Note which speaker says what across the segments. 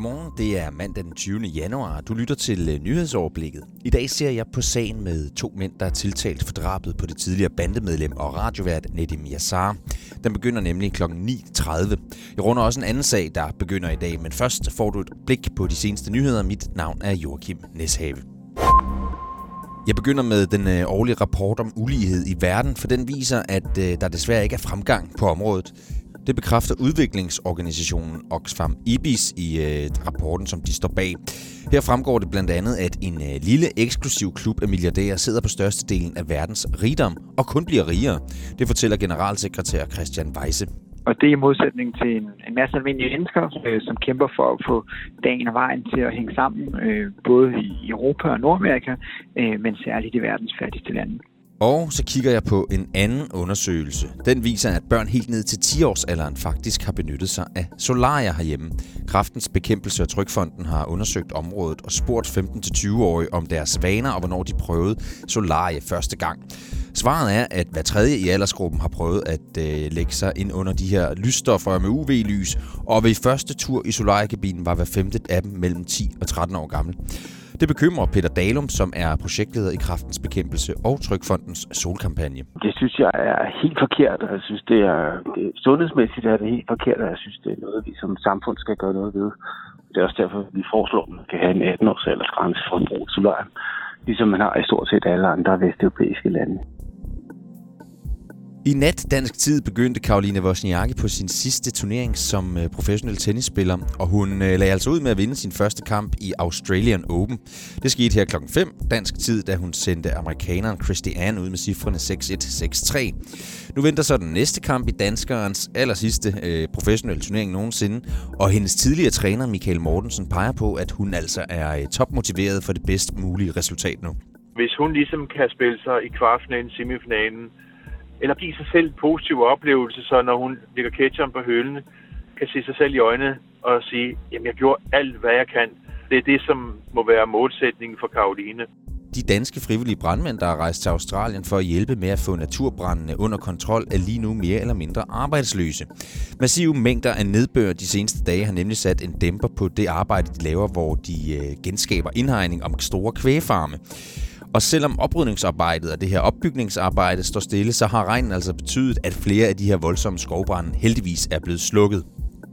Speaker 1: Godmorgen, det er mandag den 20. januar. Du lytter til nyhedsoverblikket. I dag ser jeg på sagen med 2 mænd, der er tiltalt for drabet på det tidligere bandemedlem og radiovært Nedim Yassar. Den begynder nemlig kl. 9.30. Jeg runder også en anden sag, der begynder i dag, men først får du et blik på de seneste nyheder. Mit navn er Joachim Neshave. Jeg begynder med den årlige rapport om ulighed i verden, for den viser, at der desværre ikke er fremgang på området. Det bekræfter udviklingsorganisationen Oxfam IBIS i rapporten, som de står bag. Her fremgår det blandt andet, at en lille eksklusiv klub af milliardærer sidder på størstedelen af verdens rigdom og kun bliver rigere. Det fortæller generalsekretær Christian Weise.
Speaker 2: Og det er i modsætning til en masse almindelige mennesker, som kæmper for at få dagen og vejen til at hænge sammen, både i Europa og Nordamerika, men særligt i verdens fattigste lande.
Speaker 1: Og så kigger jeg på en anden undersøgelse. Den viser, at børn helt ned til 10-årsalderen faktisk har benyttet sig af solarier herhjemme. Kræftens Bekæmpelse og Trygfonden har undersøgt området og spurgt 15-20-årige om deres vaner og hvornår de prøvede solarie første gang. Svaret er, at hver tredje i aldersgruppen har prøvet at lægge sig ind under de her lysstoffer med UV-lys, og ved første tur i solariekabinen var hver femte af dem mellem 10 og 13 år gammel. Det bekymrer Peter Dalum, som er projektleder i Kræftens Bekæmpelse og Trygfondens solkampagne.
Speaker 3: Det synes jeg er helt forkert, og jeg synes, det sundhedsmæssigt er det helt forkert, og jeg synes, det er noget, vi som samfund skal gøre noget ved. Det er også derfor, vi foreslår, at man kan have en 18-års aldersgrænse for at bruge solarium, ligesom man har i stort set alle andre vesteuropæiske lande.
Speaker 1: I nat dansk tid begyndte Caroline Wozniacki på sin sidste turnering som professionel tennisspiller, og hun lagde altså ud med at vinde sin første kamp i Australian Open. Det skete her klokken 5 dansk tid, da hun sendte amerikaneren Christiane ud med cifrene 6-1, 6-3. Nu venter så den næste kamp i danskerens allersidste professionelle turnering nogensinde, og hendes tidligere træner Michael Mortensen peger på, at hun altså er topmotiveret for det bedst mulige resultat nu.
Speaker 4: Hvis hun ligesom kan spille sig i kvartfinalen, semifinalen, eller give sig selv en positiv oplevelse, så når hun lægger ketchup på hylden, kan se sig selv i øjnene og sige, jamen jeg gjorde alt, hvad jeg kan. Det er det, som må være målsætningen for Caroline.
Speaker 1: De danske frivillige brandmænd, der er rejst til Australien for at hjælpe med at få naturbrandene under kontrol, er lige nu mere eller mindre arbejdsløse. Massive mængder af nedbør de seneste dage har nemlig sat en dæmper på det arbejde, de laver, hvor de genskaber indhegning om store kvægfarme. Og selvom oprydningsarbejdet og det her opbygningsarbejde står stille, så har regnen altså betydet, at flere af de her voldsomme skovbrande heldigvis er blevet slukket.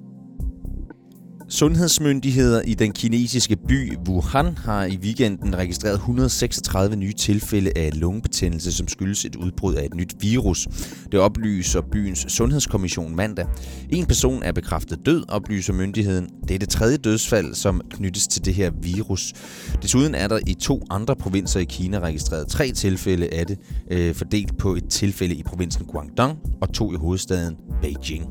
Speaker 1: Sundhedsmyndigheder i den kinesiske by Wuhan har i weekenden registreret 136 nye tilfælde af lungebetændelse, som skyldes et udbrud af et nyt virus. Det oplyser byens sundhedskommission mandag. En person er bekræftet død, oplyser myndigheden. Det er det 3. dødsfald, som knyttes til det her virus. Desuden er der i 2 andre provinser i Kina registreret 3 tilfælde af det, fordelt på et tilfælde i provinsen Guangdong og 2 i hovedstaden Beijing.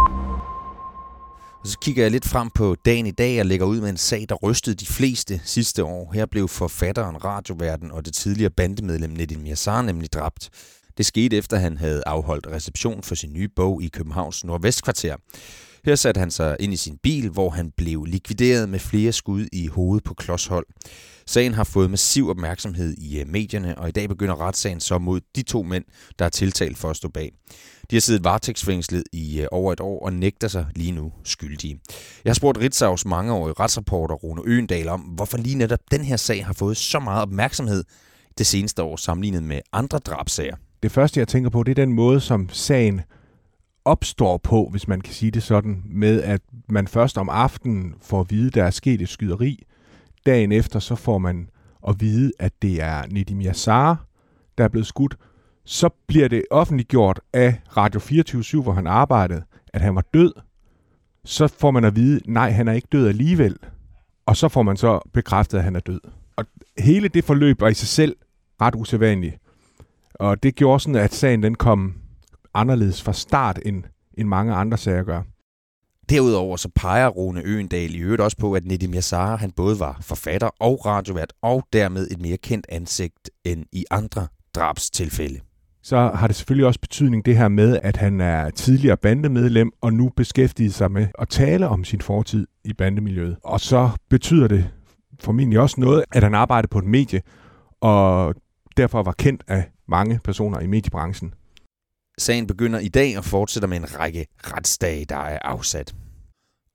Speaker 1: Og så kigger jeg lidt frem på dagen i dag og lægger ud med en sag, der rystede de fleste sidste år. Her blev forfatteren, radioværten og det tidligere bandemedlem Nedim Yassar nemlig dræbt. Det skete efter, han havde afholdt reception for sin nye bog i Københavns Nordvestkvarter. Her satte han sig ind i sin bil, hvor han blev likvideret med flere skud i hovedet på klodshold. Sagen har fået massiv opmærksomhed i medierne, og i dag begynder retssagen så mod de 2 mænd, der er tiltalt for at stå bag. De har siddet varetægtsfængslet i over et år og nægter sig lige nu skyldige. Jeg har spurgt Ritzaus mangeårige retsreporter Rune Øgendahl om, hvorfor lige netop den her sag har fået så meget opmærksomhed det seneste år sammenlignet med andre drabsager.
Speaker 5: Det første, jeg tænker på, det er den måde, som sagen opstår på, hvis man kan sige det sådan, med at man først om aftenen får at vide, at der er sket et skyderi. Dagen efter så får man at vide, at det er Nedim Yassar, der er blevet skudt. Så bliver det offentliggjort af Radio 24/7, hvor han arbejdede, at han var død. Så får man at vide, nej, han er ikke død alligevel. Og så får man så bekræftet, at han er død. Og hele det forløb var i sig selv ret usædvanligt. Og det gjorde sådan, at sagen den kom anderledes fra start, end mange andre sager gør.
Speaker 1: Derudover så peger Rune Øgendahl i øvrigt også på, at Nedim Yassar han både var forfatter og radiovært, og dermed et mere kendt ansigt end i andre drabstilfælde.
Speaker 5: Så har det selvfølgelig også betydning det her med, at han er tidligere bandemedlem, og nu beskæftiger sig med at tale om sin fortid i bandemiljøet. Og så betyder det formentlig også noget, at han arbejder på et medie, og derfor var kendt af mange personer i mediebranchen.
Speaker 1: Sagen begynder i dag og fortsætter med en række retsdage, der er afsat.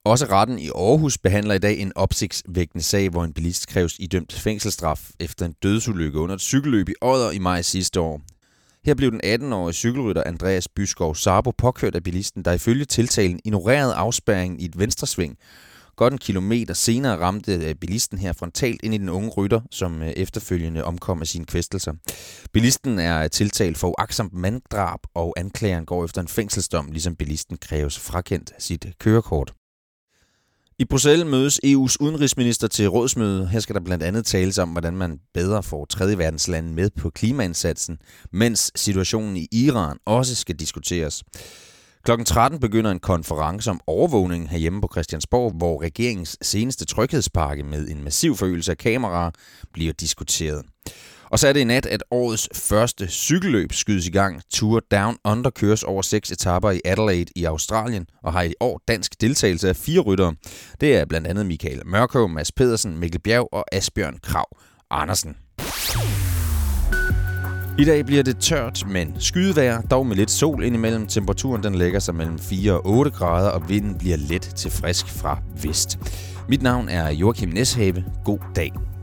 Speaker 1: Også retten i Aarhus behandler i dag en opsigtsvækkende sag, hvor en bilist kræves idømt fængselsstraf efter en dødsulykke under et cykelløb i Odder i maj sidste år. Her blev den 18-årige cykelrytter Andreas Byskov Sabo påkørt af bilisten, der ifølge tiltalen ignorerede afspærringen i et venstresving. Godt en kilometer senere ramte bilisten her frontalt ind i den unge rytter, som efterfølgende omkom af sine kvæstelser. Bilisten er tiltalt for uagtsomt manddrab, og anklageren går efter en fængselsdom, ligesom bilisten kræves frakendt sit kørekort. I Bruxelles mødes EU's udenrigsminister til rådsmøde. Her skal der blandt andet tales om, hvordan man bedre får tredje verdenslande med på klimaindsatsen, mens situationen i Iran også skal diskuteres. Klokken 13 begynder en konference om overvågning herhjemme på Christiansborg, hvor regeringens seneste tryghedspakke med en massiv forøgelse af kameraer bliver diskuteret. Og så er det i nat, at årets første cykelløb skydes i gang. Tour Down Under køres over 6 etaper i Adelaide i Australien og har i år dansk deltagelse af 4 ryttere. Det er blandt andet Michael Mørkøv, Mads Pedersen, Mikkel Bjerg og Asbjørn Krag Andersen. I dag bliver det tørt, men skydevejr, dog med lidt sol indimellem. Temperaturen den lægger sig mellem 4 og 8 grader, og vinden bliver let til frisk fra vest. Mit navn er Joachim Neshave. God dag.